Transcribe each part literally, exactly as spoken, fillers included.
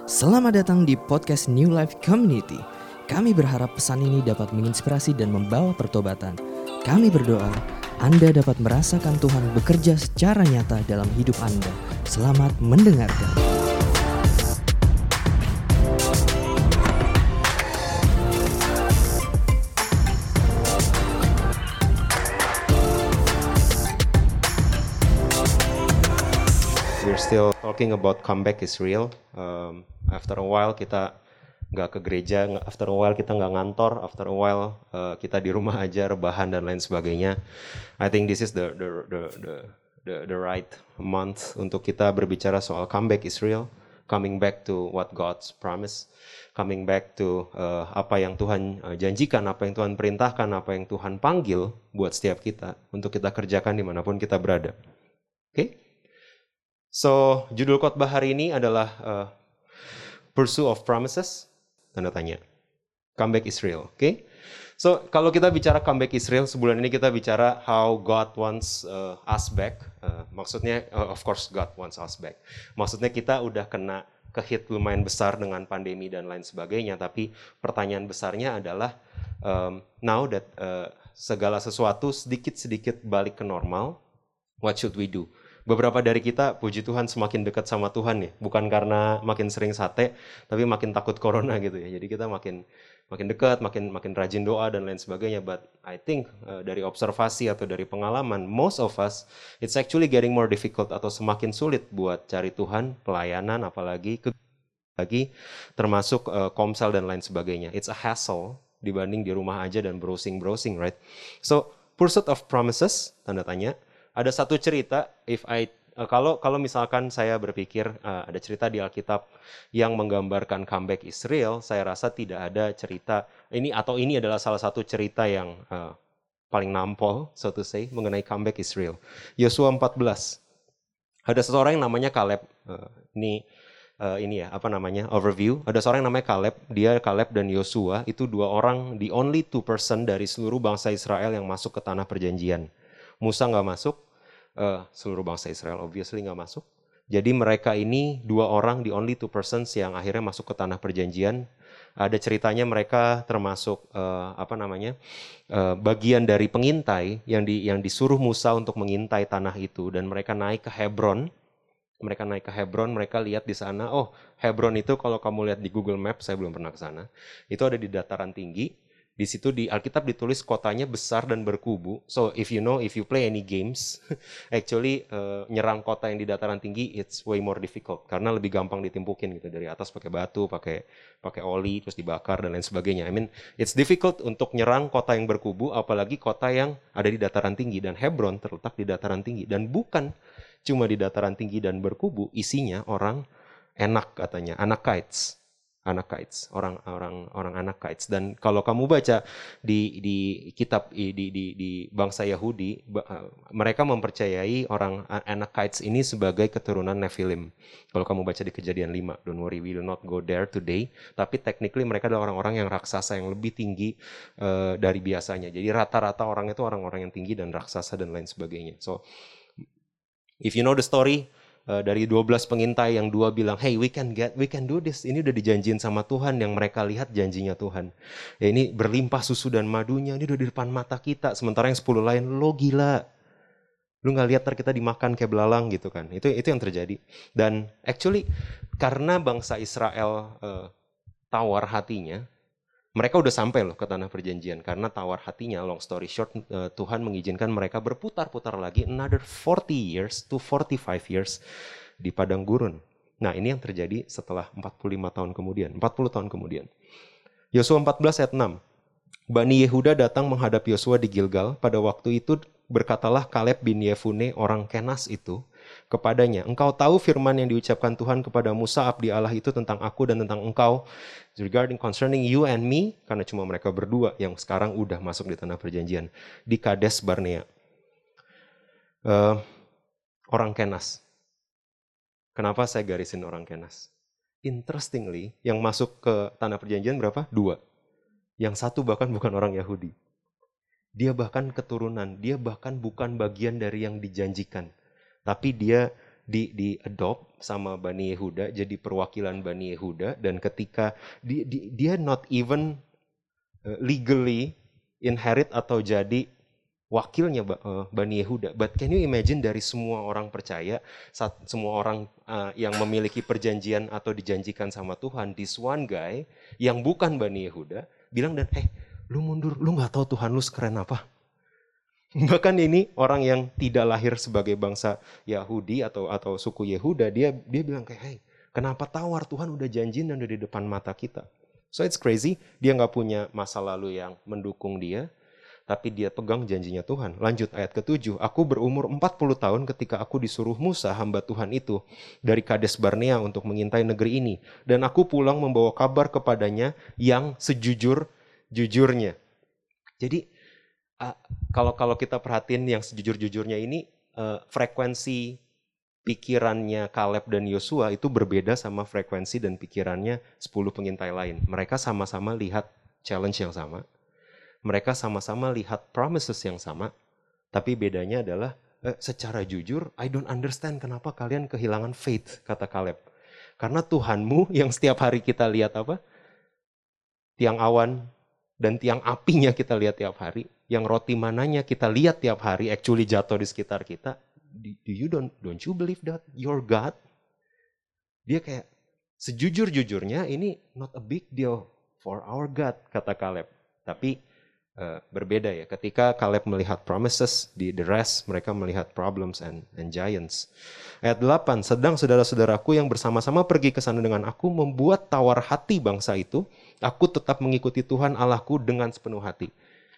Selamat datang di podcast New Life Community. Kami berharap pesan ini dapat menginspirasi dan membawa pertobatan. Kami berdoa Anda dapat merasakan Tuhan bekerja secara nyata dalam hidup Anda. Selamat mendengarkan. We're still talking about comeback is real. Um, after a while kita nggak ke gereja, after a while kita nggak ngantor, after a while uh, kita di rumah aja rebahan dan lain sebagainya. I think this is the the the the the, the right month untuk kita berbicara soal comeback is real, coming back to what God's promise, coming back to uh, apa yang Tuhan uh, janjikan, apa yang Tuhan perintahkan, apa yang Tuhan panggil buat setiap kita untuk kita kerjakan dimanapun kita berada. Oke? Okay? So, judul khotbah hari ini adalah uh, Pursuit of Promises, tanda tanya. Comeback is real, oke? Okay? So, kalau kita bicara comeback is real, sebulan ini kita bicara how God wants uh, us back. Uh, maksudnya, uh, of course God wants us back. Maksudnya kita udah kena ke-hit lumayan besar dengan pandemi dan lain sebagainya, tapi pertanyaan besarnya adalah, um, now that uh, segala sesuatu sedikit-sedikit balik ke normal, what should we do? Beberapa dari kita, puji Tuhan, semakin dekat sama Tuhan ya. Bukan karena makin sering sate, tapi makin takut corona gitu ya. Jadi kita makin makin dekat, makin makin rajin doa dan lain sebagainya. But I think uh, dari observasi atau dari pengalaman, most of us, it's actually getting more difficult atau semakin sulit buat cari Tuhan, pelayanan, apalagi ke lagi termasuk uh, komsel dan lain sebagainya. It's a hassle dibanding di rumah aja dan browsing-browsing, right? So, Pursuit of Promises, tanda tanya. Ada satu cerita, if I uh, kalau kalau misalkan saya berpikir uh, ada cerita di Alkitab yang menggambarkan comeback Israel, saya rasa tidak ada cerita ini atau ini adalah salah satu cerita yang uh, paling nampol, so to say, mengenai comeback Israel. Yosua empat belas. Ada seseorang yang namanya Kaleb. Uh, ini uh, ini ya, apa namanya? Overview. Ada seorang yang namanya Kaleb. Dia Kaleb dan Yosua itu dua orang, the only two person dari seluruh bangsa Israel yang masuk ke tanah perjanjian. Musa nggak masuk. Uh, seluruh bangsa Israel obviously nggak masuk. Jadi mereka ini dua orang, the only two persons yang akhirnya masuk ke tanah perjanjian. Ada ceritanya mereka termasuk uh, apa namanya uh, bagian dari pengintai yang di yang disuruh Musa untuk mengintai tanah itu, dan mereka naik ke Hebron. Mereka naik ke Hebron, mereka lihat di sana. Oh, Hebron itu kalau kamu lihat di Google Maps, saya belum pernah ke sana. Itu ada di dataran tinggi. Di situ di Alkitab ditulis kotanya besar dan berkubu. So if you know, if you play any games, actually uh, nyerang kota yang di dataran tinggi it's way more difficult karena lebih gampang ditimpukin gitu dari atas pakai batu, pakai pakai oli terus dibakar dan lain sebagainya. I mean it's difficult untuk nyerang kota yang berkubu, apalagi kota yang ada di dataran tinggi, dan Hebron terletak di dataran tinggi, dan bukan cuma di dataran tinggi dan berkubu, isinya orang enak katanya, Anakites. Anakites, orang-orang orang Anakites. Dan kalau kamu baca di di kitab di di di bangsa Yahudi, mereka mempercayai orang Anakites ini sebagai keturunan Nephilim. Kalau kamu baca di Kejadian lima, don't worry, we will not go there today. Tapi technically mereka adalah orang-orang yang raksasa yang lebih tinggi uh, dari biasanya. Jadi rata-rata orang itu orang-orang yang tinggi dan raksasa dan lain sebagainya. So if you know the story, Uh, dari dua belas pengintai yang dua bilang, hey we can get, we can do this. Ini udah dijanjiin sama Tuhan, yang mereka lihat janjinya Tuhan. Ya, ini berlimpah susu dan madunya, ini udah di depan mata kita. Sementara yang sepuluh lain, lo gila. Lu gak lihat ntar kita dimakan kayak belalang gitu kan. Itu itu yang terjadi. Dan actually karena bangsa Israel uh, tawar hatinya, mereka udah sampai loh ke tanah perjanjian. Karena tawar hatinya, long story short, uh, Tuhan mengizinkan mereka berputar-putar lagi another forty years to forty-five years di padang gurun. Nah, ini yang terjadi setelah empat puluh lima tahun kemudian, empat puluh tahun kemudian. Yosua empat belas ayat enam. Bani Yehuda datang menghadap Yosua di Gilgal. Pada waktu itu berkatalah Kaleb bin Yefune orang Kenas itu kepadanya, engkau tahu firman yang diucapkan Tuhan kepada Musa abdi Allah itu tentang aku dan tentang engkau, regarding concerning you and me, karena cuma mereka berdua yang sekarang udah masuk di tanah perjanjian, di Kades Barnea. Uh, orang Kenas. Kenapa saya garisin orang Kenas? Interestingly, yang masuk ke tanah perjanjian berapa? Dua. Yang satu bahkan bukan orang Yahudi. Dia bahkan keturunan, dia bahkan bukan bagian dari yang dijanjikan. Tapi dia di di adopt sama Bani Yehuda, jadi perwakilan Bani Yehuda, dan ketika di, di, dia not even uh, legally inherit atau jadi wakilnya uh, Bani Yehuda. But can you imagine dari semua orang percaya, saat semua orang uh, yang memiliki perjanjian atau dijanjikan sama Tuhan, this one guy yang bukan Bani Yehuda bilang, dan hey, lu mundur, lu nggak tahu Tuhan lu sekeren apa. Bahkan ini orang yang tidak lahir sebagai bangsa Yahudi atau atau suku Yehuda, dia dia bilang kayak, hey, kenapa tawar, Tuhan udah janjiin dan udah di depan mata kita. So it's crazy, dia nggak punya masa lalu yang mendukung dia, tapi dia pegang janjinya Tuhan. Lanjut ayat ketujuh, aku berumur empat puluh tahun ketika aku disuruh Musa, hamba Tuhan itu, dari Kades Barnea untuk mengintai negeri ini. Dan aku pulang membawa kabar kepadanya yang sejujur-jujurnya. Jadi, Uh, kalau kalau kita perhatiin yang sejujur-jujurnya ini, uh, frekuensi pikirannya Kaleb dan Yosua itu berbeda sama frekuensi dan pikirannya sepuluh pengintai lain. Mereka sama-sama lihat challenge yang sama. Mereka sama-sama lihat promises yang sama. Tapi bedanya adalah uh, secara jujur, I don't understand kenapa kalian kehilangan faith, kata Kaleb. Karena Tuhanmu yang setiap hari kita lihat apa? Tiang awan dan tiang apinya kita lihat tiap hari, yang roti mananya kita lihat tiap hari, actually jatuh di sekitar kita. Do you don't don't you believe that your God? Dia kayak sejujur-jujurnya ini not a big deal for our God, kata Kaleb. Tapi uh, berbeda ya. Ketika Kaleb melihat promises, di the rest mereka melihat problems and and giants. Ayat delapan, sedang saudara-saudaraku yang bersama-sama pergi ke sana dengan aku membuat tawar hati bangsa itu. Aku tetap mengikuti Tuhan Allahku dengan sepenuh hati.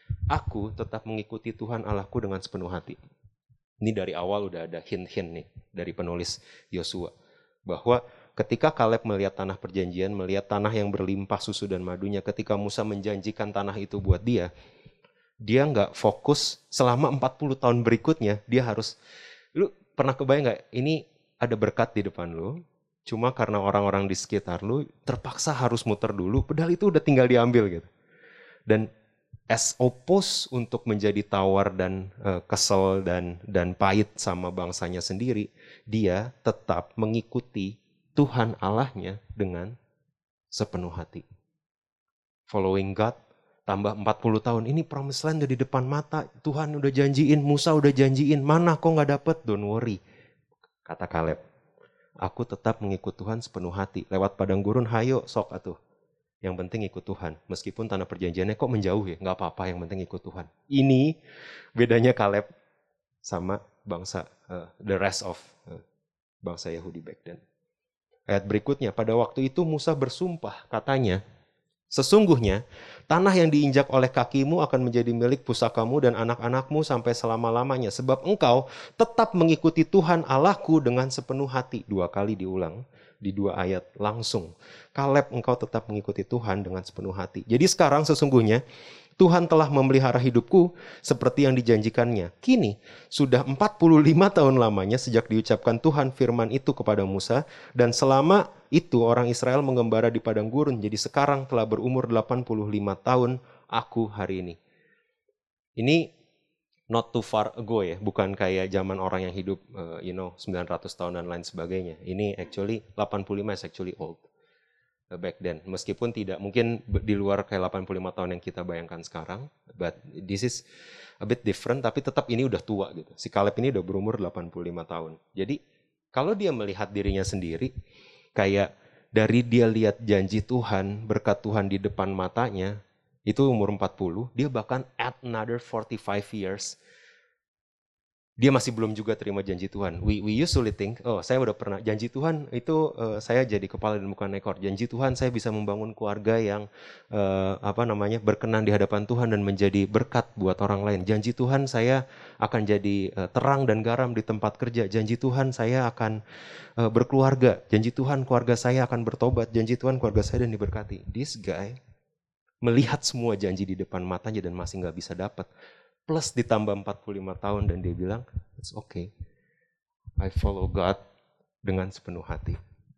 Aku tetap mengikuti Tuhan Allahku dengan sepenuh hati. Ini dari awal udah ada hint-hint nih dari penulis Yosua. Bahwa ketika Kaleb melihat tanah perjanjian, melihat tanah yang berlimpah susu dan madunya, ketika Musa menjanjikan tanah itu buat dia, dia nggak fokus selama empat puluh tahun berikutnya, dia harus, lu pernah kebayang nggak, ini ada berkat di depan lu, cuma karena orang-orang di sekitar lu terpaksa harus muter dulu, padahal itu udah tinggal diambil gitu. Dan as opposed untuk menjadi tawar dan uh, kesel dan dan pahit sama bangsanya sendiri, dia tetap mengikuti Tuhan Allahnya dengan sepenuh hati. Following God, tambah empat puluh tahun, ini promised land udah di depan mata, Tuhan udah janjiin, Musa udah janjiin, mana kok gak dapet? Don't worry, kata Kaleb. Aku tetap mengikut Tuhan sepenuh hati. Lewat padang gurun, hayo sok atuh. Yang penting ikut Tuhan. Meskipun tanah perjanjiannya kok menjauh ya, gak apa-apa, yang penting ikut Tuhan. Ini bedanya Kaleb sama bangsa, uh, the rest of uh, bangsa Yahudi back then. Ayat berikutnya, pada waktu itu Musa bersumpah, katanya, sesungguhnya tanah yang diinjak oleh kakimu akan menjadi milik pusakamu dan anak-anakmu sampai selama-lamanya. Sebab engkau tetap mengikuti Tuhan Allahku dengan sepenuh hati. Dua kali diulang di dua ayat langsung. Kaleb, engkau tetap mengikuti Tuhan dengan sepenuh hati. Jadi sekarang sesungguhnya Tuhan telah memelihara hidupku seperti yang dijanjikannya. Kini sudah empat puluh lima tahun lamanya sejak diucapkan Tuhan firman itu kepada Musa. Dan selama itu orang Israel mengembara di padang gurun. Jadi sekarang telah berumur delapan puluh lima tahun aku hari ini. Ini not too far ago ya. Bukan kayak zaman orang yang hidup uh, you know sembilan ratus tahun dan lain sebagainya. Ini actually delapan puluh lima is actually old. Back then, meskipun tidak mungkin di luar kayak delapan puluh lima tahun yang kita bayangkan sekarang, but this is a bit different, tapi tetap ini udah tua gitu. Si Kaleb ini udah berumur delapan puluh lima tahun. Jadi kalau dia melihat dirinya sendiri, kayak dari dia lihat janji Tuhan, berkat Tuhan di depan matanya, itu umur empat puluh, dia bahkan add another forty-five years, dia masih belum juga terima janji Tuhan. We, we usually think, oh saya udah pernah, janji Tuhan itu uh, saya jadi kepala dan bukan ekor. Janji Tuhan saya bisa membangun keluarga yang uh, apa namanya berkenan di hadapan Tuhan dan menjadi berkat buat orang lain. Janji Tuhan saya akan jadi uh, terang dan garam di tempat kerja. Janji Tuhan saya akan uh, berkeluarga. Janji Tuhan keluarga saya akan bertobat. Janji Tuhan keluarga saya dan diberkati. This guy melihat semua janji di depan matanya dan masih gak bisa dapat. Plus ditambah empat puluh lima tahun dan dia bilang, it's okay. I follow God dengan sepenuh hati.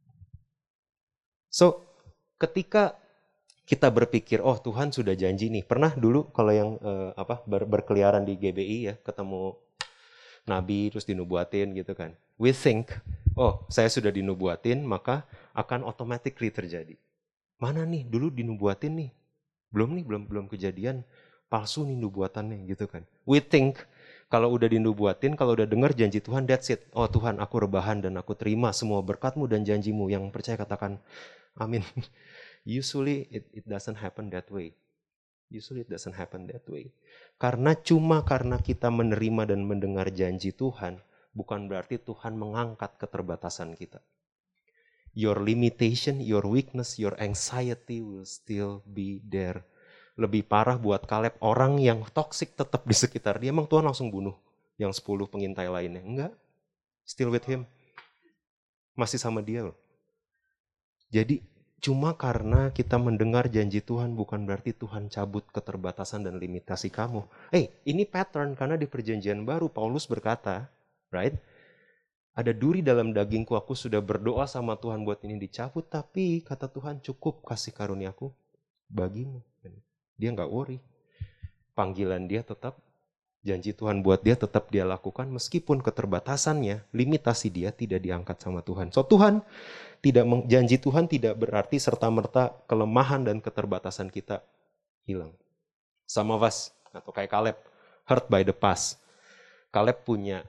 So, ketika kita berpikir, oh Tuhan sudah janji nih. Pernah dulu kalau yang uh, apa ber, berkeliaran di G B I ya, ketemu Nabi terus dinubuatin gitu kan. We think oh saya sudah dinubuatin, maka akan automatically terjadi. Mana nih, dulu dinubuatin nih. Belum nih, belum belum kejadian. Palsu nih nubuatannya gitu kan. We think kalau udah dinubuatin, kalau udah dengar janji Tuhan, that's it. Oh Tuhan, aku rebahan dan aku terima semua berkat-Mu dan janji-Mu. Yang percaya katakan amin. Usually it, it doesn't happen that way. Usually it doesn't happen that way. Karena cuma karena kita menerima dan mendengar janji Tuhan, bukan berarti Tuhan mengangkat keterbatasan kita. Your limitation, your weakness, your anxiety will still be there. Lebih parah buat Kaleb, orang yang toksik tetap di sekitar dia. Emang Tuhan langsung bunuh yang sepuluh pengintai lainnya? Enggak. Still with him. Masih sama dia loh. Jadi cuma karena kita mendengar janji Tuhan bukan berarti Tuhan cabut keterbatasan dan limitasi kamu. Eh, hey, ini pattern karena di perjanjian baru Paulus berkata, right? Ada duri dalam dagingku, aku sudah berdoa sama Tuhan buat ini dicabut, tapi kata Tuhan cukup kasih karuniaku bagimu. Dia nggak worry. Panggilan dia tetap, janji Tuhan buat dia tetap dia lakukan meskipun keterbatasannya, limitasi dia tidak diangkat sama Tuhan. So Tuhan tidak janji Tuhan tidak berarti serta-merta kelemahan dan keterbatasan kita hilang. Some of us, atau kayak Kaleb, hurt by the past. Kaleb punya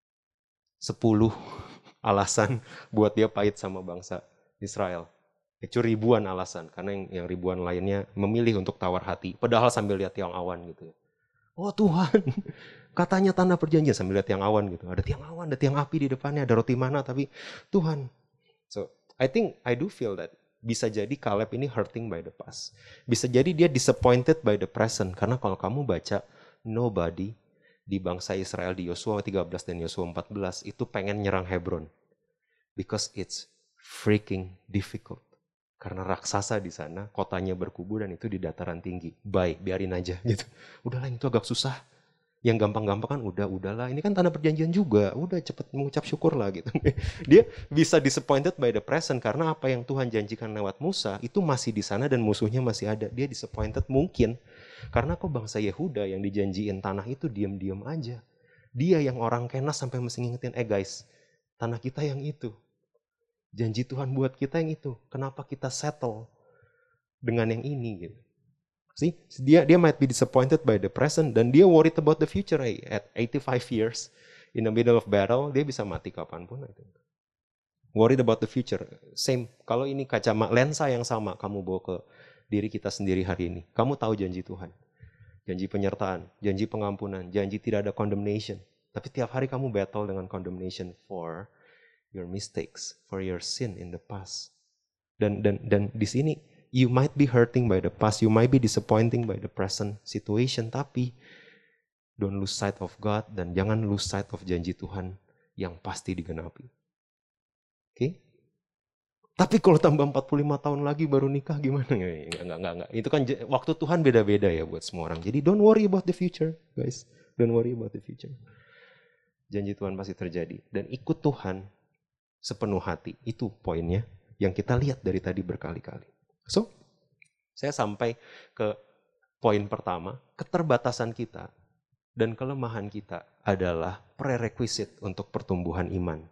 sepuluh alasan buat dia pahit sama bangsa Israel. Itu ribuan alasan, karena yang, yang ribuan lainnya memilih untuk tawar hati. Padahal sambil lihat tiang awan gitu. Oh Tuhan, katanya tanah perjanjian sambil lihat tiang awan gitu. Ada tiang awan, ada tiang api di depannya, ada roti mana, tapi Tuhan. So, I think, I do feel that bisa jadi Kaleb ini hurting by the past. Bisa jadi dia disappointed by the present. Karena kalau kamu baca, nobody di bangsa Israel di Yosua tiga belas dan Yosua empat belas itu pengen nyerang Hebron. Because it's freaking difficult. Karena raksasa di sana, kotanya berkubu dan itu di dataran tinggi. Baik, biarin aja gitu. Udahlah itu agak susah. Yang gampang-gampang kan udah, udahlah. Ini kan tanah perjanjian juga. Udah cepet mengucap syukur lah gitu. Dia bisa disappointed by the present karena apa yang Tuhan janjikan lewat Musa itu masih di sana dan musuhnya masih ada. Dia disappointed mungkin karena kok bangsa Yehuda yang dijanjiin tanah itu diam-diam aja. Dia yang orang Kenas sampai mesti ngingetin, eh guys, tanah kita yang itu. Janji Tuhan buat kita yang itu. Kenapa kita settle dengan yang ini gitu. See, dia dia might be disappointed by the present dan dia worried about the future. Hey, at eighty-five years in the middle of battle, dia bisa mati kapanpun. I think. Worried about the future. Same. Kalau ini kacamata lensa yang sama kamu bawa ke diri kita sendiri hari ini. Kamu tahu janji Tuhan. Janji penyertaan, janji pengampunan, janji tidak ada condemnation. Tapi tiap hari kamu battle dengan condemnation for your mistakes, for your sin in the past. Dan dan dan di sini you might be hurting by the past, you might be disappointing by the present situation, tapi don't lose sight of God dan jangan lose sight of janji Tuhan yang pasti digenapi. Oke? Okay? Tapi kalau tambah empat puluh lima tahun lagi baru nikah gimana? Enggak, enggak, enggak, enggak. Itu kan waktu Tuhan beda-beda ya buat semua orang. Jadi don't worry about the future, guys. Don't worry about the future. Janji Tuhan pasti terjadi. Dan ikut Tuhan sepenuh hati. Itu poinnya yang kita lihat dari tadi berkali-kali. So, saya sampai ke poin pertama, keterbatasan kita dan kelemahan kita adalah prerequisite untuk pertumbuhan iman.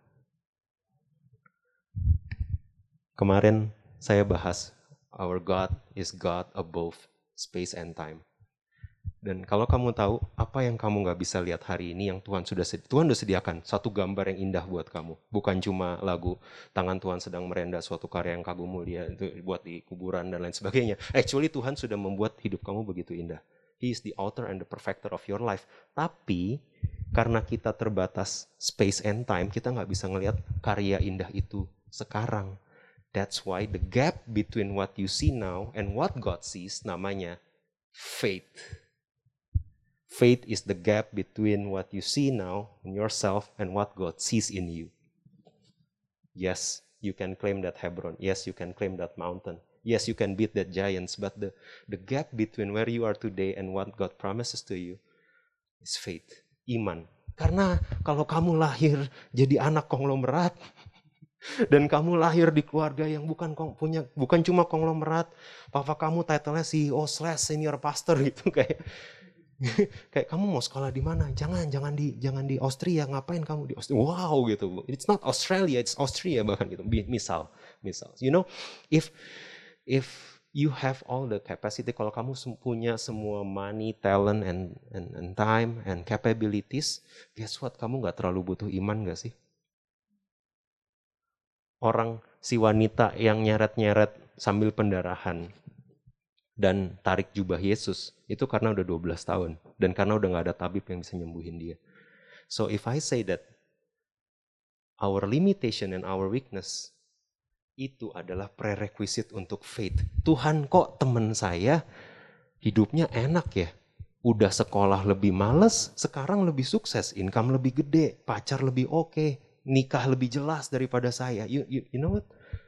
Kemarin saya bahas, our God is God above space and time. Dan kalau kamu tahu apa yang kamu gak bisa lihat hari ini yang Tuhan sudah sedi- Tuhan sudah sediakan satu gambar yang indah buat kamu. Bukan cuma lagu tangan Tuhan sedang merenda suatu karya yang kagum mulia itu buat di kuburan dan lain sebagainya. Actually Tuhan sudah membuat hidup kamu begitu indah. He is the author and the perfecter of your life. Tapi karena kita terbatas space and time, kita gak bisa ngelihat karya indah itu sekarang. That's why the gap between what you see now and what God sees namanya faith. Faith is the gap between what you see now in yourself and what God sees in you. Yes, you can claim that Hebron. Yes, you can claim that mountain. Yes, you can beat that giants. But the, the gap between where you are today and what God promises to you is faith, iman. Karena kalau kamu lahir jadi anak konglomerat dan kamu lahir di keluarga yang bukan punya bukan cuma konglomerat, papa kamu title-nya C E O slash senior pastor gitu kayak. Kayak kamu mau sekolah di mana? Jangan, jangan di jangan di Austria. Ngapain kamu di Austria? Wow gitu. It's not Australia, it's Austria bahkan gitu. Misal, misal. You know, if if you have all the capacity, kalau kamu punya semua money, talent, and and, and time and capabilities, guess what? Kamu nggak terlalu butuh iman nggak sih? Orang si wanita yang nyeret-nyeret sambil pendarahan dan tarik jubah Yesus, itu karena udah dua belas tahun. Dan karena udah gak ada tabib yang bisa nyembuhin dia. So if I say that our limitation and our weakness, itu adalah prerequisite untuk faith. Tuhan, kok temen saya hidupnya enak ya? Udah sekolah lebih males, sekarang lebih sukses, income lebih gede, pacar lebih oke, nikah lebih jelas daripada saya. You, you, you know what?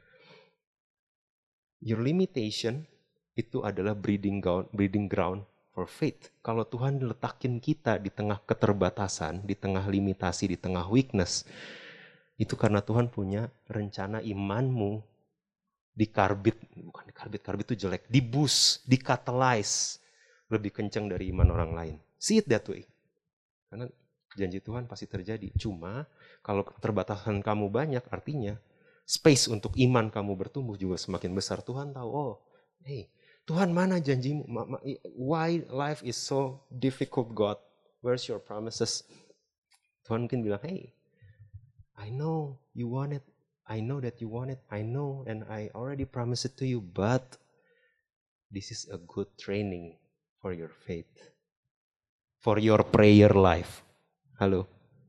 Your limitation itu adalah breeding ground, breeding ground for faith. Kalau Tuhan letakin kita di tengah keterbatasan, di tengah limitasi, di tengah weakness, itu karena Tuhan punya rencana imanmu dikarbit, bukan dikarbit, karbit itu jelek, diboost, dikatalyze lebih kencang dari iman orang lain. See it that way. Karena janji Tuhan pasti terjadi. Cuma kalau keterbatasan kamu banyak, artinya space untuk iman kamu bertumbuh juga semakin besar. Tuhan tahu, oh, hey, Tuhan mana janjimu? Why life is so difficult, God? Where's your promises? Tuhan mungkin bilang, hey, I know you want it. I know that you want it. I know and I already promised it to you. But this is a good training for your faith. For your prayer life. Halo?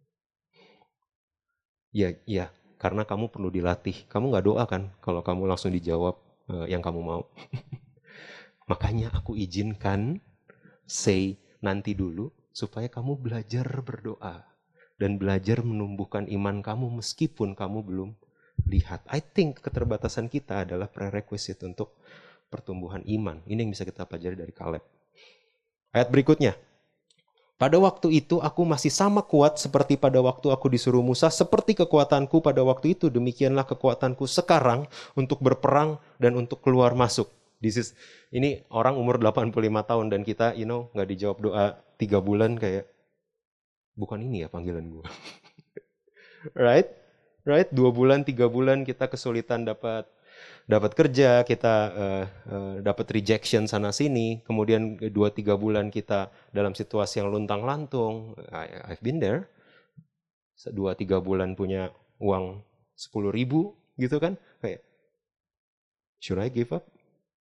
Ya, ya. Karena kamu perlu dilatih. Kamu gak doa kan kalau kamu langsung dijawab uh, yang kamu mau. Makanya aku izinkan say nanti dulu supaya kamu belajar berdoa dan belajar menumbuhkan iman kamu meskipun kamu belum lihat. I think keterbatasan kita adalah prerequisite untuk pertumbuhan iman. Ini yang bisa kita pelajari dari Kaleb. Ayat berikutnya. Pada waktu itu aku masih sama kuat seperti pada waktu aku disuruh Musa, seperti kekuatanku pada waktu itu, demikianlah kekuatanku sekarang untuk berperang dan untuk keluar masuk. This is, ini orang umur delapan puluh lima tahun dan kita, you know, gak dijawab doa tiga bulan kayak, bukan ini ya panggilan gue. Right? Right? Dua bulan, tiga bulan kita kesulitan dapat dapat kerja, kita uh, uh, dapat rejection sana sini, kemudian dua tiga bulan kita dalam situasi yang luntang lantung. I, I've been there. Dua tiga bulan punya uang sepuluh ribu gitu kan, kayak, should I give up?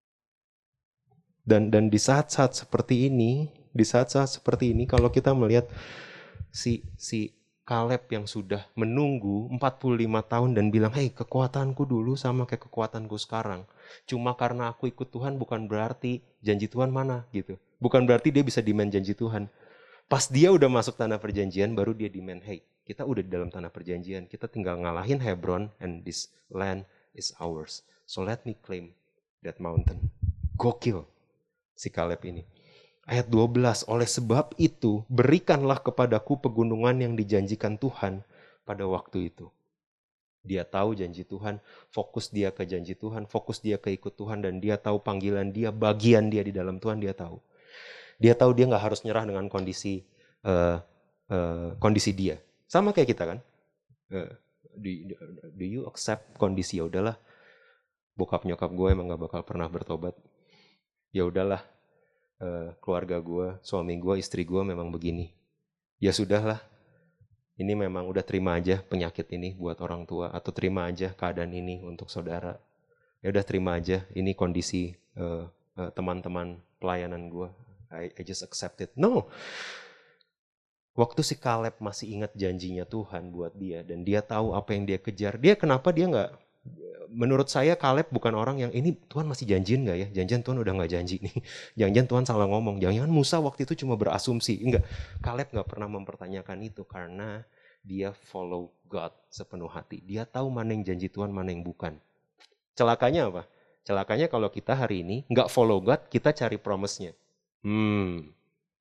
Dan dan di saat-saat seperti ini, di saat-saat seperti ini, kalau kita melihat si si Kaleb yang sudah menunggu empat puluh lima tahun dan bilang, hey, kekuatanku dulu sama kayak kekuatanku sekarang. Cuma karena aku ikut Tuhan bukan berarti janji Tuhan mana gitu. Bukan berarti dia bisa demand janji Tuhan. Pas dia udah masuk tanah perjanjian, baru dia demand, hey, kita udah di dalam tanah perjanjian. Kita tinggal ngalahin Hebron and this land is ours. So let me claim that mountain. Gokil si Kaleb ini. Ayat dua belas, oleh sebab itu berikanlah kepadaku pegunungan yang dijanjikan Tuhan pada waktu itu. Dia tahu janji Tuhan, fokus dia ke janji Tuhan, fokus dia ke ikut Tuhan, dan dia tahu panggilan dia, bagian dia di dalam Tuhan, dia tahu. Dia tahu dia gak harus nyerah dengan kondisi uh, uh, kondisi dia. Sama kayak kita kan. Uh, do, do you accept kondisi? Ya udahlah, bokap nyokap gue emang gak bakal pernah bertobat. Ya udahlah, uh, keluarga gue, suami gue, istri gue memang begini. Ya sudahlah, ini memang udah terima aja penyakit ini buat orang tua, atau terima aja keadaan ini untuk saudara. Ya udah terima aja, ini kondisi uh, uh, teman-teman pelayanan gue. I, I just accept it. No. Waktu si Kaleb masih ingat janjinya Tuhan buat dia, dan dia tahu apa yang dia kejar. Dia kenapa dia nggak? Menurut saya Kaleb bukan orang yang, ini Tuhan masih janjiin gak ya? Janjian Tuhan udah gak janji nih. Janjian Tuhan salah ngomong. Jangan-jangan Musa waktu itu cuma berasumsi. Enggak, Kaleb gak pernah mempertanyakan itu karena dia follow God sepenuh hati. Dia tahu mana yang janji Tuhan, mana yang bukan. Celakanya apa? Celakanya kalau kita hari ini gak follow God, kita cari promise-nya. Hmm.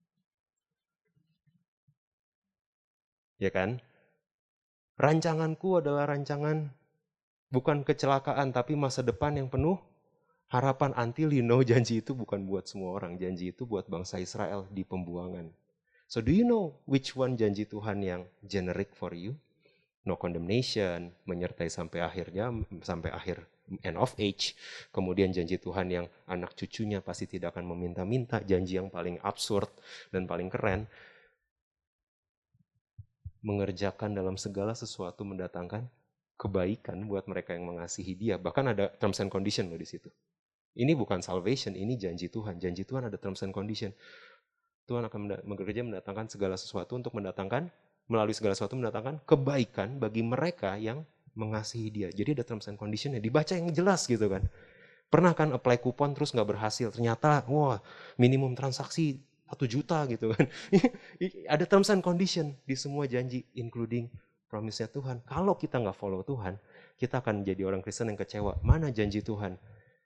Ya kan? Rancanganku adalah rancangan bukan kecelakaan, tapi masa depan yang penuh Harapan until you know janji itu bukan buat semua orang. Janji itu buat bangsa Israel di pembuangan. So do you know which one janji Tuhan yang generic for you? No condemnation, menyertai sampai akhirnya, sampai akhir end of age. Kemudian janji Tuhan yang anak cucunya pasti tidak akan meminta-minta. Janji yang paling absurd dan paling keren. Mengerjakan dalam segala sesuatu mendatangkan kebaikan buat mereka yang mengasihi Dia. Bahkan ada terms and condition loh di situ. Ini bukan salvation, ini janji Tuhan. Janji Tuhan ada terms and condition. Tuhan akan bekerja mendatangkan segala sesuatu untuk mendatangkan, melalui segala sesuatu mendatangkan kebaikan bagi mereka yang mengasihi Dia. Jadi ada terms and condition-nya, dibaca yang jelas gitu kan. Pernah kan apply kupon terus nggak berhasil, ternyata wah minimum transaksi satu juta gitu kan. Ada terms and condition di semua janji, including promise-nya Tuhan. Kalau kita nggak follow Tuhan, kita akan jadi orang Kristen yang kecewa. Mana janji Tuhan?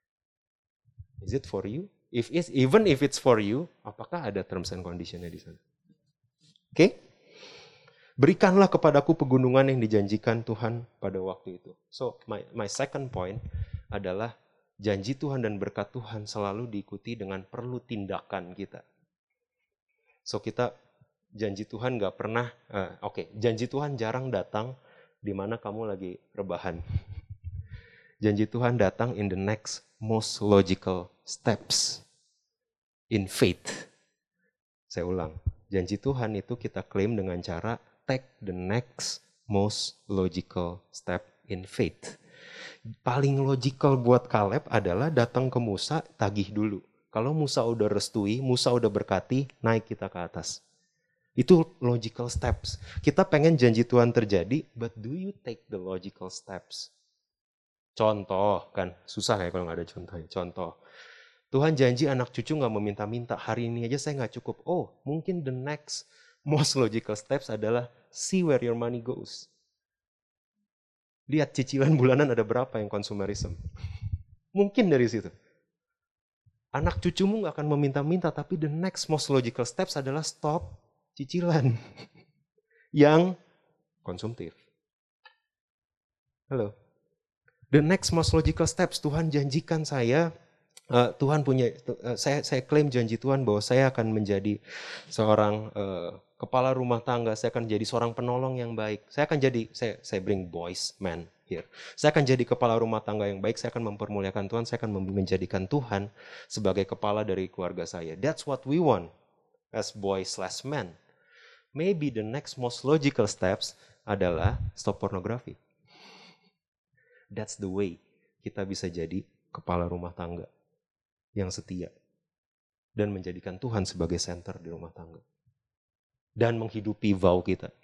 Is it for you? If it's, even if it's for you, apakah ada terms and condition-nya di sana? Oke? Okay? Berikanlah kepadaku pegunungan yang dijanjikan Tuhan pada waktu itu. So, my, my second point adalah janji Tuhan dan berkat Tuhan selalu diikuti dengan perlu tindakan kita. So, kita janji Tuhan gak pernah, uh, oke, okay, janji Tuhan jarang datang di mana kamu lagi rebahan. Janji Tuhan datang in the next most logical steps in faith. Saya ulang, janji Tuhan itu kita klaim dengan cara take the next most logical step in faith. Paling logical buat Kaleb adalah datang ke Musa, tagih dulu. Kalau Musa udah restui, Musa udah berkati, naik kita ke atas. Itu logical steps. Kita pengen janji Tuhan terjadi, but do you take the logical steps? Contoh, kan susah ya kalau nggak ada contohnya. Contoh, Tuhan janji anak cucu nggak meminta-minta. Hari ini aja saya nggak cukup. Oh, mungkin the next most logical steps adalah see where your money goes. Lihat cicilan bulanan ada berapa yang consumerism. Mungkin dari situ. Anak cucumu nggak akan meminta-minta, tapi the next most logical steps adalah stop cicilan yang konsumtif. Halo. The next most logical steps, Tuhan janjikan saya, uh, Tuhan punya, uh, saya saya klaim janji Tuhan bahwa saya akan menjadi seorang uh, kepala rumah tangga, saya akan jadi seorang penolong yang baik. Saya akan jadi, saya saya bring boys, man here. Saya akan jadi kepala rumah tangga yang baik, saya akan mempermuliakan Tuhan, saya akan menjadikan Tuhan sebagai kepala dari keluarga saya. That's what we want as boys slash men. Maybe the next most logical steps adalah stop pornografi. That's the way kita bisa jadi kepala rumah tangga yang setia dan menjadikan Tuhan sebagai center di rumah tangga dan menghidupi vow kita.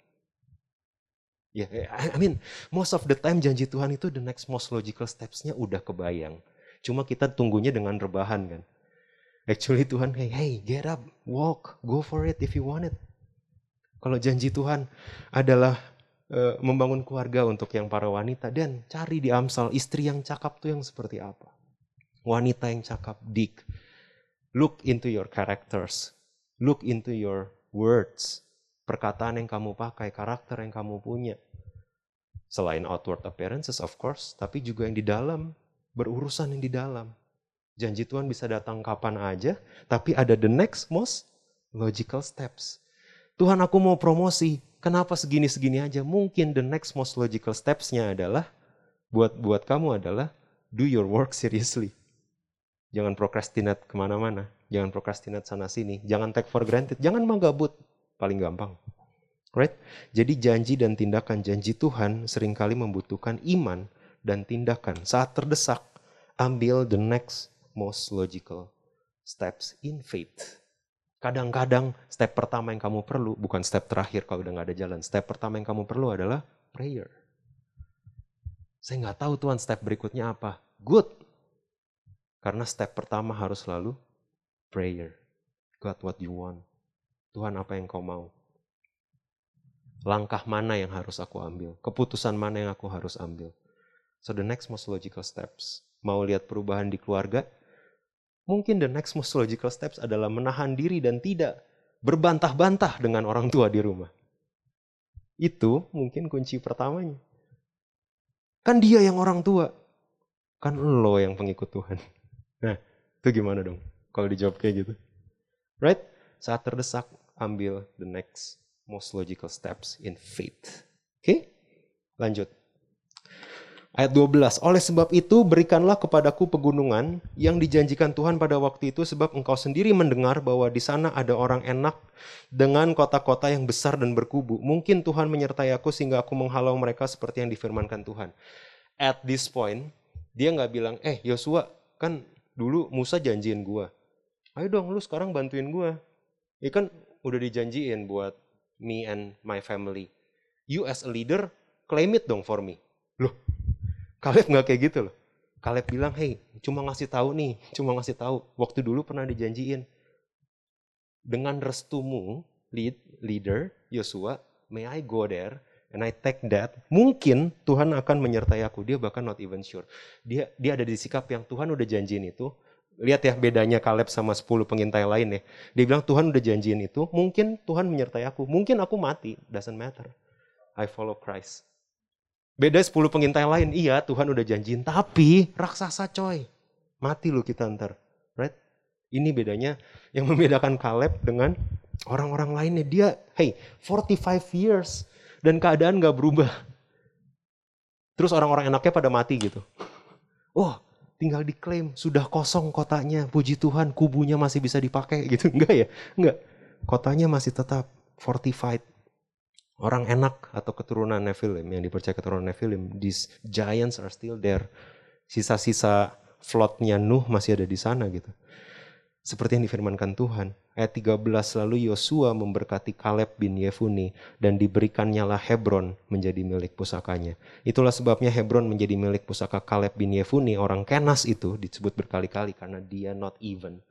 Ya, yeah, I mean, most of the time janji Tuhan itu the next most logical steps-nya udah kebayang. Cuma kita tunggunya dengan rebahan kan. Actually Tuhan, hey, hey, get up, walk, go for it if you want it. Kalau janji Tuhan adalah Uh, membangun keluarga untuk yang para wanita, dan cari di Amsal istri yang cakap tuh yang seperti apa. Wanita yang cakap, dik. Look into your characters. Look into your words. Perkataan yang kamu pakai, karakter yang kamu punya. Selain outward appearances of course, tapi juga yang di dalam, berurusan yang di dalam. Janji Tuhan bisa datang kapan aja, tapi ada the next most logical steps. Tuhan, aku mau promosi. Kenapa segini-segini aja? Mungkin the next most logical steps-nya adalah, buat buat kamu adalah, do your work seriously. Jangan procrastinate kemana-mana. Jangan procrastinate sana-sini. Jangan take for granted. Jangan menggabut. Paling gampang. Right? Jadi janji dan tindakan. Janji Tuhan seringkali membutuhkan iman dan tindakan. Saat terdesak, ambil the next most logical steps in faith. Kadang-kadang step pertama yang kamu perlu, bukan step terakhir kalau udah gak ada jalan. Step pertama yang kamu perlu adalah prayer. Saya gak tahu Tuhan step berikutnya apa. Good. Karena step pertama harus selalu prayer. God, what you want? Tuhan, apa yang kau mau? Langkah mana yang harus aku ambil? Keputusan mana yang aku harus ambil? So the next most logical steps. Mau lihat perubahan di keluarga? Mungkin the next most logical steps adalah menahan diri dan tidak berbantah-bantah dengan orang tua di rumah. Itu mungkin kunci pertamanya. Kan dia yang orang tua. Kan lo yang pengikut Tuhan. Nah, itu gimana dong kalau dijawab kayak gitu? Right? Saat terdesak, ambil the next most logical steps in faith. Oke? Okay? Lanjut. Ayat dua belas, oleh sebab itu berikanlah kepadaku pegunungan yang dijanjikan Tuhan pada waktu itu, sebab engkau sendiri mendengar bahwa di sana ada orang enak dengan kota-kota yang besar dan berkubu. Mungkin Tuhan menyertai aku sehingga aku menghalau mereka seperti yang difirmankan Tuhan. At this point, dia nggak bilang, eh Yosua, kan dulu Musa janjiin gua. Ayo dong lu sekarang bantuin gua. Ya kan udah dijanjiin buat me and my family. You as a leader, claim it dong for me. Loh, Kaleb nggak kayak gitu loh. Kaleb bilang, hey, cuma ngasih tahu nih, cuma ngasih tahu. Waktu dulu pernah dijanjiin. Dengan restumu, lead, leader, Yosua, may I go there and I take that. Mungkin Tuhan akan menyertai aku. Dia bahkan not even sure. Dia dia ada di sikap yang Tuhan udah janjiin itu. Lihat ya bedanya Kaleb sama sepuluh pengintai lain ya. Dia bilang Tuhan udah janjiin itu. Mungkin Tuhan menyertai aku. Mungkin aku mati. Doesn't matter. I follow Christ. Beda sepuluh pengintai lain, iya Tuhan udah janjiin, tapi raksasa coy. Mati lu kita ntar. Right? Ini bedanya yang membedakan Kaleb dengan orang-orang lainnya. Dia, hey, forty-five years dan keadaan gak berubah. Terus orang-orang enaknya pada mati gitu. Oh, tinggal diklaim, sudah kosong kotanya, puji Tuhan, kubunya masih bisa dipakai gitu. Enggak ya? Enggak. Kotanya masih tetap fortified. Orang enak atau keturunan Nephilim, yang dipercaya keturunan Nephilim, these giants are still there. Sisa-sisa floatnya Nuh masih ada di sana gitu. Seperti yang difirmankan Tuhan. Ayat tiga belas, lalu Yosua memberkati Kaleb bin Yefune dan diberikannya lah Hebron menjadi milik pusakanya. Itulah sebabnya Hebron menjadi milik pusaka Kaleb bin Yefune, orang Kenas itu disebut berkali-kali karena dia not even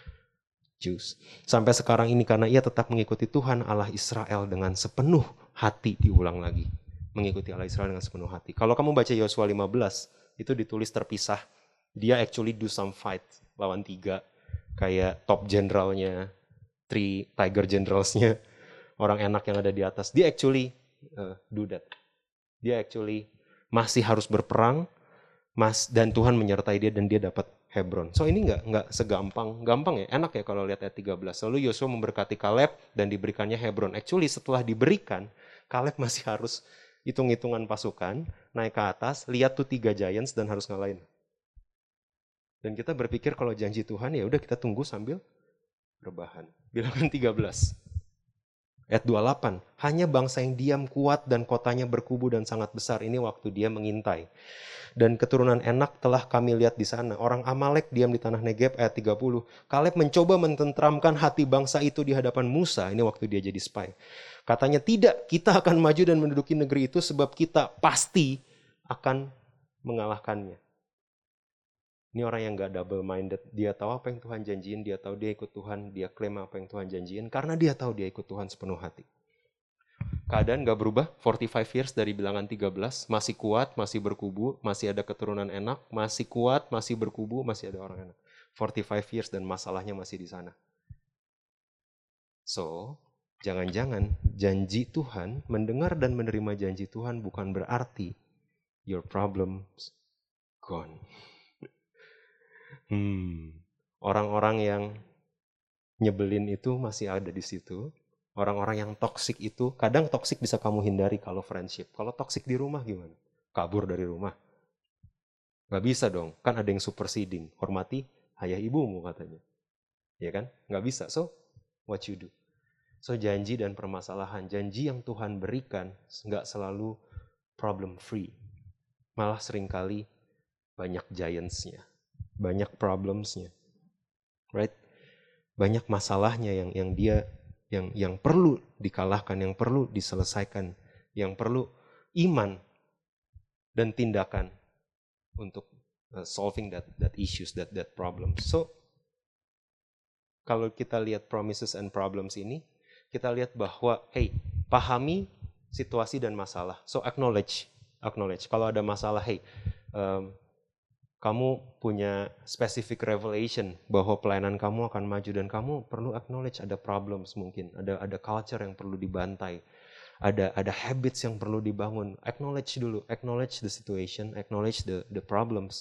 Jews. Sampai sekarang ini karena ia tetap mengikuti Tuhan Allah Israel dengan sepenuh hati, diulang lagi. Mengikuti Allah Israel dengan sepenuh hati. Kalau kamu baca Yosua lima belas, itu ditulis terpisah. Dia actually do some fight lawan tiga. Kayak top generalnya, three tiger generalsnya, orang enak yang ada di atas. Dia actually uh, do that. Dia actually masih harus berperang, mas, dan Tuhan menyertai dia dan dia dapat Hebron. So ini nggak nggak segampang, gampang ya, enak ya kalau lihat ayat tiga belas. Lalu Yosua memberkati Kaleb dan diberikannya Hebron. Actually setelah diberikan, Kaleb masih harus hitung-hitungan pasukan, naik ke atas, lihat tuh tiga giants dan harus ngalahin. Dan kita berpikir kalau janji Tuhan ya udah kita tunggu sambil rebahan. Bilangan tiga belas. Ayat dua puluh delapan, hanya bangsa yang diam kuat dan kotanya berkubu dan sangat besar. Ini waktu dia mengintai. Dan keturunan enak telah kami lihat di sana. Orang Amalek diam di tanah Negeb, ayat tiga puluh. Kaleb mencoba mententramkan hati bangsa itu di hadapan Musa. Ini waktu dia jadi spy. Katanya, tidak, kita akan maju dan menduduki negeri itu sebab kita pasti akan mengalahkannya. Ini orang yang gak double minded. Dia tahu apa yang Tuhan janjiin, dia tahu dia ikut Tuhan, dia klaim apa yang Tuhan janjiin, karena dia tahu dia ikut Tuhan sepenuh hati. Keadaan gak berubah, forty-five years dari bilangan tiga belas, masih kuat, masih berkubu, masih ada keturunan enak, masih kuat, masih berkubu, masih ada orang enak. forty-five years dan masalahnya masih di sana. So, jangan-jangan janji Tuhan, mendengar dan menerima janji Tuhan bukan berarti your problems gone. Hmm, orang-orang yang nyebelin itu masih ada di situ. Orang-orang yang toksik itu, kadang toksik bisa kamu hindari kalau friendship. Kalau toksik di rumah gimana? Kabur dari rumah? Gak bisa dong, kan ada yang superseding. Hormati ayah ibumu katanya. Ya kan? Gak bisa, so what you do? So janji dan permasalahan, janji yang Tuhan berikan gak selalu problem free. Malah seringkali banyak giants-nya, banyak problems-nya. Right? Banyak masalahnya yang yang dia yang yang perlu dikalahkan, yang perlu diselesaikan, yang perlu iman dan tindakan untuk uh, solving that that issues, that that problem. So kalau kita lihat promises and problems ini, kita lihat bahwa hey, pahami situasi dan masalah. So acknowledge, acknowledge. Kalau ada masalah, hey, um, kamu punya specific revelation bahwa pelayanan kamu akan maju dan kamu perlu acknowledge ada problems mungkin, ada ada culture yang perlu dibantai, ada ada habits yang perlu dibangun. Acknowledge dulu, acknowledge the situation, acknowledge the the problems.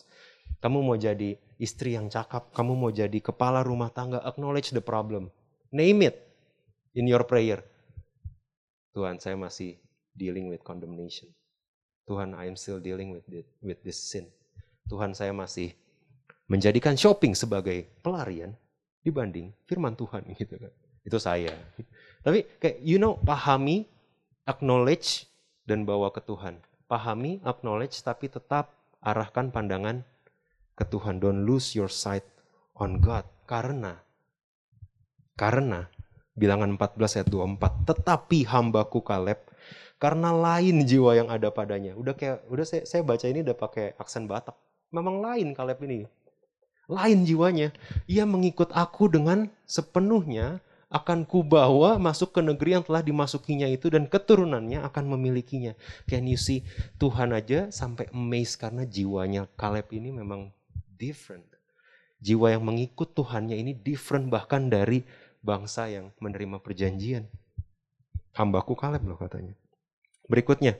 Kamu mau jadi istri yang cakap, kamu mau jadi kepala rumah tangga, acknowledge the problem. Name it in your prayer. Tuhan, saya masih dealing with condemnation. Tuhan, I am still dealing with it, with this sin. Tuhan, saya masih menjadikan shopping sebagai pelarian dibanding firman Tuhan gitu kan. Itu saya. Tapi kayak you know, pahami, acknowledge dan bawa ke Tuhan. Pahami, acknowledge tapi tetap arahkan pandangan ke Tuhan. Don't lose your sight on God. Karena karena Bilangan empat belas ayat dua puluh empat, tetapi hambaku Kaleb karena lain jiwa yang ada padanya. Udah kayak udah saya, saya baca ini udah pakai aksen Batak. Memang lain Kaleb ini. Lain jiwanya. Ia mengikut aku dengan sepenuhnya, akan kubawa masuk ke negeri yang telah dimasukinya itu dan keturunannya akan memilikinya. Can you see, Tuhan aja sampai amazed karena jiwanya Kaleb ini memang different. Jiwa yang mengikut Tuhannya ini different bahkan dari bangsa yang menerima perjanjian. Hambaku Kaleb loh katanya. Berikutnya,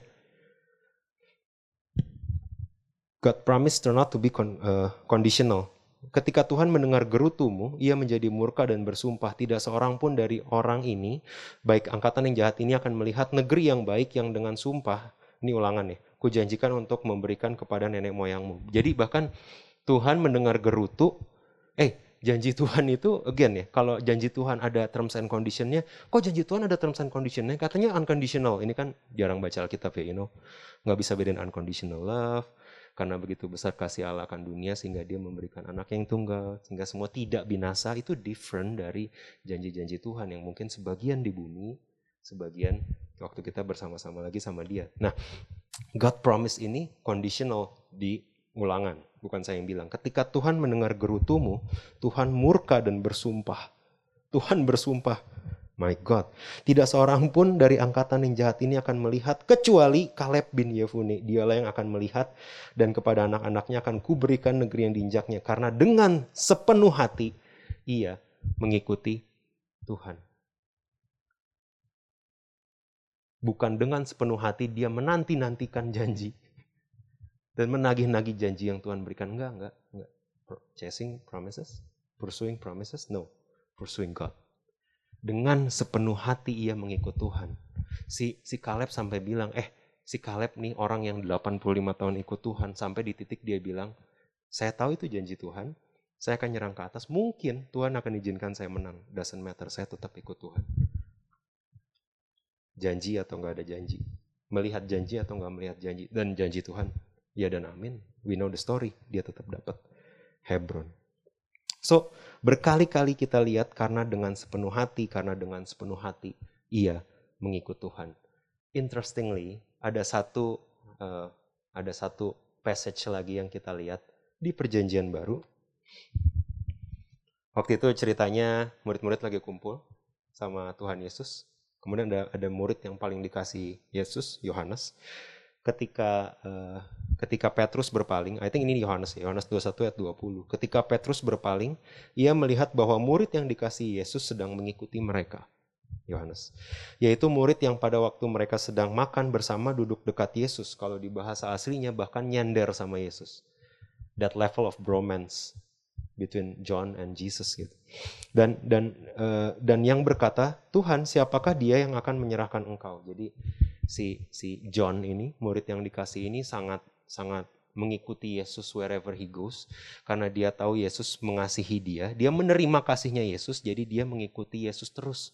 God promised not to be con, uh, conditional. Ketika Tuhan mendengar gerutumu, ia menjadi murka dan bersumpah, tidak seorang pun dari orang ini, baik angkatan yang jahat ini akan melihat negeri yang baik yang dengan sumpah, ini ulangan ya, kujanjikan untuk memberikan kepada nenek moyangmu. Jadi bahkan Tuhan mendengar gerutu, eh janji Tuhan itu, again ya, kalau janji Tuhan ada terms and condition-nya, kok janji Tuhan ada terms and condition-nya? Katanya unconditional, ini kan jarang baca Alkitab ya, you know, nggak bisa bedain unconditional love, karena begitu besar kasih Allah akan dunia sehingga dia memberikan anak yang tunggal, sehingga semua tidak binasa, itu different dari janji-janji Tuhan yang mungkin sebagian di bumi, sebagian waktu kita bersama-sama lagi sama dia. Nah, God promise ini conditional di Ulangan, bukan saya yang bilang. Ketika Tuhan mendengar gerutumu, Tuhan murka dan bersumpah. Tuhan bersumpah, my God, tidak seorang pun dari angkatan yang jahat ini akan melihat kecuali Kaleb bin Yefune. Dialah yang akan melihat dan kepada anak-anaknya akan kuberikan negeri yang diinjaknya. Karena dengan sepenuh hati ia mengikuti Tuhan. Bukan dengan sepenuh hati dia menanti-nantikan janji. Dan menagih-nagih janji yang Tuhan berikan. Enggak, enggak, enggak. Chasing promises, pursuing promises, no. Pursuing God. Dengan sepenuh hati ia mengikut Tuhan. Si si Kaleb sampai bilang, eh si Kaleb nih orang yang delapan puluh lima tahun ikut Tuhan. Sampai di titik dia bilang, saya tahu itu janji Tuhan. Saya akan nyerang ke atas. Mungkin Tuhan akan izinkan saya menang. Doesn't matter, saya tetap ikut Tuhan. Janji atau enggak ada janji. Melihat janji atau enggak melihat janji. Dan janji Tuhan. Ya dan amin, we know the story, dia tetap dapat Hebron. So, berkali-kali kita lihat karena dengan sepenuh hati, karena dengan sepenuh hati, ia mengikut Tuhan. Interestingly, ada satu uh, ada satu passage lagi yang kita lihat di Perjanjian Baru. Waktu itu ceritanya murid-murid lagi kumpul sama Tuhan Yesus. Kemudian ada ada murid yang paling dikasih Yesus, Yohanes. Ketika uh, ketika Petrus berpaling, I think ini Yohanes ya, Yohanes dua puluh satu ayat dua puluh. Ketika Petrus berpaling, ia melihat bahwa murid yang dikasih Yesus sedang mengikuti mereka. Yohanes, yaitu murid yang pada waktu mereka sedang makan bersama duduk dekat Yesus. Kalau di bahasa aslinya bahkan nyender sama Yesus. That level of bromance between John and Jesus gitu. Dan dan uh, dan yang berkata, Tuhan, siapakah dia yang akan menyerahkan engkau? Jadi si si John ini, murid yang dikasih ini sangat sangat mengikuti Yesus wherever he goes. Karena dia tahu Yesus mengasihi dia. Dia menerima kasihnya Yesus, jadi dia mengikuti Yesus terus.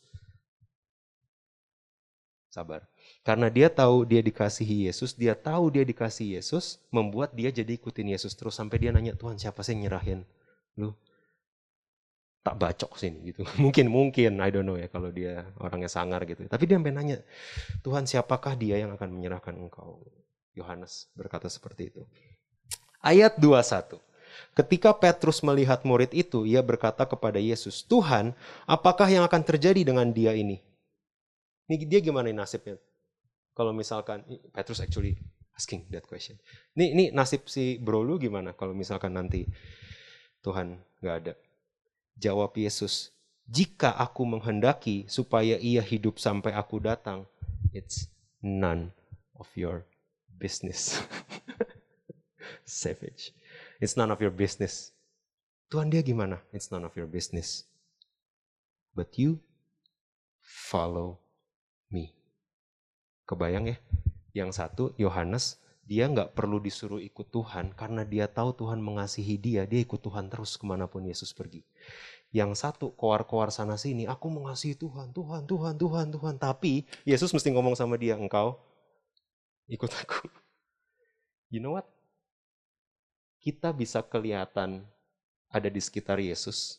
Sabar. Karena dia tahu dia dikasihi Yesus, dia tahu dia dikasihi Yesus, membuat dia jadi ikutin Yesus terus. Sampai dia nanya, Tuhan siapa sih yang nyerahin lu? Tak bacok sini gitu. Mungkin, mungkin, I don't know ya kalau dia orangnya sangar gitu. Tapi dia sampai nanya, Tuhan siapakah dia yang akan menyerahkan engkau? Yohanes berkata seperti itu. Ayat dua puluh satu. Ketika Petrus melihat murid itu, ia berkata kepada Yesus, Tuhan, apakah yang akan terjadi dengan dia ini? Ini dia gimana nasibnya? Kalau misalkan, Petrus actually asking that question. Ini, ini nasib si bro lu gimana kalau misalkan nanti Tuhan gak ada? Jawab Yesus, jika aku menghendaki supaya ia hidup sampai aku datang, it's none of your business. Savage. It's none of your business. Tuhan dia gimana? It's none of your business. But you follow me. Kebayang ya? Yang satu, Yohanes, dia nggak perlu disuruh ikut Tuhan karena dia tahu Tuhan mengasihi dia. Dia ikut Tuhan terus kemanapun Yesus pergi. Yang satu, koar-koar sana sini, aku mengasihi Tuhan, Tuhan, Tuhan, Tuhan, Tuhan. Tapi Yesus mesti ngomong sama dia, engkau ikut aku. You know what? Kita bisa kelihatan ada di sekitar Yesus.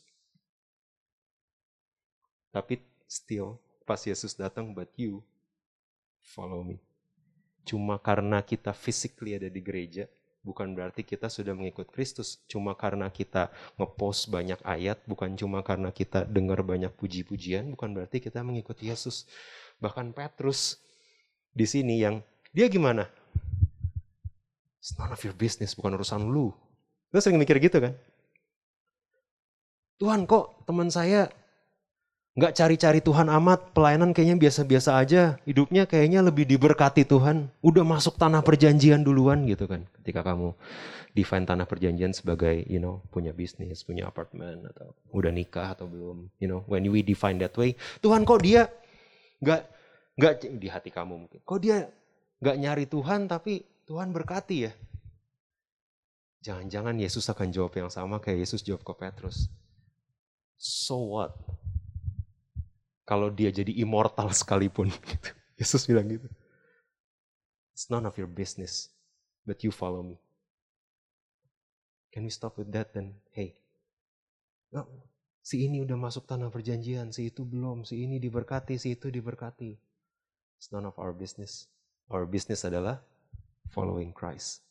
Tapi still, pas Yesus datang, but you follow me. Cuma karena kita physically ada di gereja, bukan berarti kita sudah mengikut Kristus. Cuma karena kita ngepost banyak ayat, bukan cuma karena kita dengar banyak puji-pujian, bukan berarti kita mengikuti Yesus. Bahkan Petrus di sini yang, dia gimana? It's none of your business, bukan urusan lu. Lu sering mikir gitu kan? Tuhan kok teman saya nggak cari-cari Tuhan amat, pelayanan kayaknya biasa-biasa aja, hidupnya kayaknya lebih diberkati Tuhan, udah masuk tanah perjanjian duluan gitu kan. Ketika kamu define tanah perjanjian sebagai, you know, punya bisnis, punya apartemen, atau udah nikah atau belum, you know, when we define that way, Tuhan kok dia nggak nggak di hati kamu mungkin, kok dia nggak nyari Tuhan tapi Tuhan berkati ya. Jangan-jangan Yesus akan jawab yang sama kayak Yesus jawab ke Petrus. So what? Kalau dia jadi immortal sekalipun. Yesus bilang gitu. It's none of your business, but you follow me. Can we stop with that then? Hey, oh, si ini udah masuk tanah perjanjian, si itu belum, si ini diberkati, si itu diberkati. It's none of our business. Our business adalah following Christ.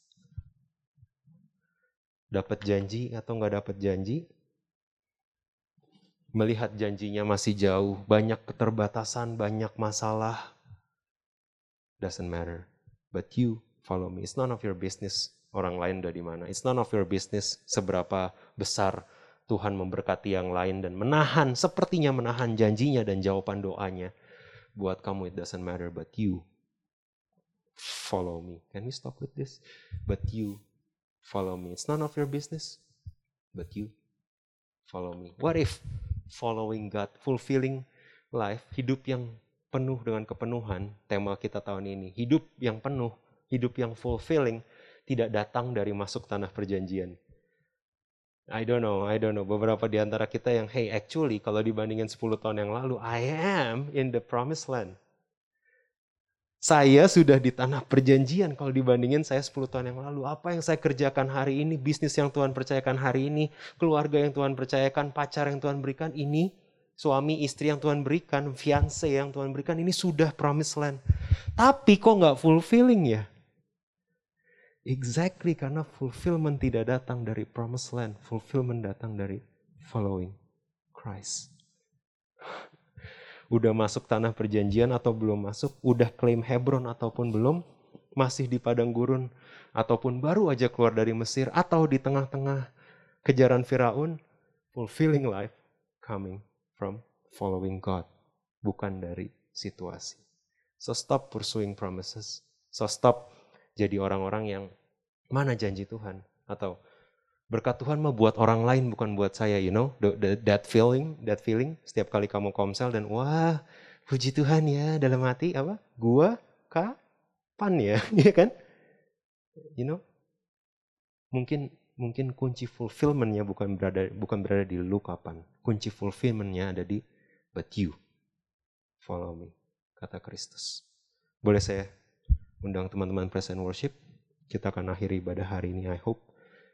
Dapat janji atau nggak dapat janji, melihat janjinya masih jauh, banyak keterbatasan, banyak masalah, doesn't matter. But you follow me. It's none of your business orang lain udah di mana. It's none of your business seberapa besar Tuhan memberkati yang lain dan menahan, sepertinya menahan janjinya dan jawaban doanya. Buat kamu it doesn't matter, but you follow me. Can we stop with this? But you follow me. It's none of your business, but you follow me. What if following God, fulfilling life, hidup yang penuh dengan kepenuhan, tema kita tahun ini, hidup yang penuh, hidup yang fulfilling, tidak datang dari masuk tanah perjanjian. I don't know, I don't know. Beberapa di antara kita yang, hey, actually, kalau dibandingin sepuluh tahun yang lalu, I am in the promised land. Saya sudah di tanah perjanjian kalau dibandingin saya sepuluh tahun yang lalu. Apa yang saya kerjakan hari ini, bisnis yang Tuhan percayakan hari ini, keluarga yang Tuhan percayakan, pacar yang Tuhan berikan, ini suami, istri yang Tuhan berikan, fiancé yang Tuhan berikan, ini sudah promised land. Tapi kok gak fulfilling ya? Exactly, karena fulfillment tidak datang dari promised land. Fulfillment datang dari following Christ. Udah masuk tanah perjanjian atau belum masuk, udah klaim Hebron ataupun belum, masih di padang gurun, ataupun baru aja keluar dari Mesir, atau di tengah-tengah kejaran Firaun, fulfilling life coming from following God, bukan dari situasi. So stop pursuing promises, so stop jadi orang-orang yang mana janji Tuhan, atau berkat Tuhan mah buat orang lain bukan buat saya, you know, the, the, that feeling, that feeling. Setiap kali kamu komsel dan wah, puji Tuhan ya, dalam hati apa? Gua kapan ya, ya kan? You know, mungkin mungkin kunci fulfillmentnya bukan berada bukan berada di lu kapan. Kunci fulfillmentnya ada di but you follow me, kata Kristus. Boleh saya undang teman-teman present worship? Kita akan akhiri ibadah hari ini. I hope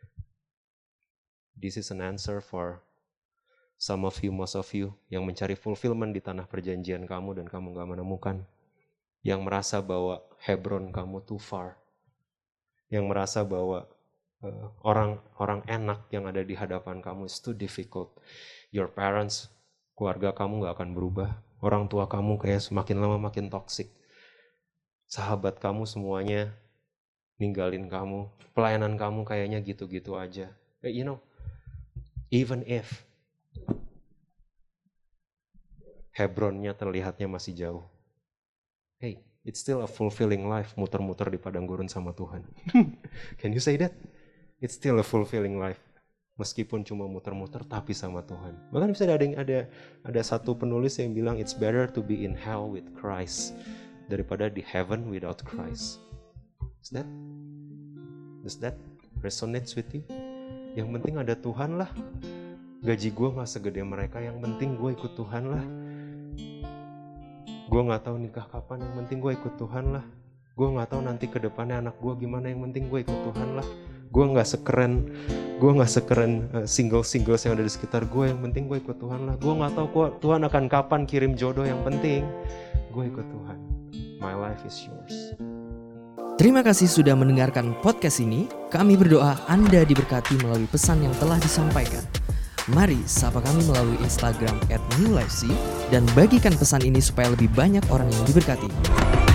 this is an answer for some of you, most of you, yang mencari fulfillment di tanah perjanjian kamu dan kamu gak menemukan. Yang merasa bahwa Hebron kamu too far. Yang merasa bahwa uh, orang orang enak yang ada di hadapan kamu is too difficult. Your parents, keluarga kamu gak akan berubah. Orang tua kamu kayak semakin lama makin toksik. Sahabat kamu semuanya ninggalin kamu. Pelayanan kamu kayaknya gitu-gitu aja. You know, even if Hebronnya terlihatnya masih jauh. Hey, it's still a fulfilling life, muter-muter di padang gurun sama Tuhan. Can you say that? it's still a fulfilling life. Meskipun cuma muter-muter tapi sama Tuhan. Bahkan bisa ada yang ada ada satu penulis yang bilang it's better to be in hell with Christ daripada di heaven without Christ. Is that? Does that resonates with you? Yang penting ada Tuhan lah. Gaji gue gak segede mereka, yang penting gue ikut Tuhan lah. Gue gak tahu nikah kapan, yang penting gue ikut Tuhan lah. Gue gak tahu nanti ke depannya anak gue gimana, yang penting gue ikut Tuhan lah. Gue gak sekeren Gue gak sekeren uh, single-singles yang ada di sekitar gue, yang penting gue ikut Tuhan lah. Gue gak tahu kok Tuhan akan kapan kirim jodoh, yang penting gue ikut Tuhan. My life is yours. Terima kasih sudah mendengarkan podcast ini. Kami berdoa Anda diberkati melalui pesan yang telah disampaikan. Mari sapa kami melalui Instagram at New Life C dan bagikan pesan ini supaya lebih banyak orang yang diberkati.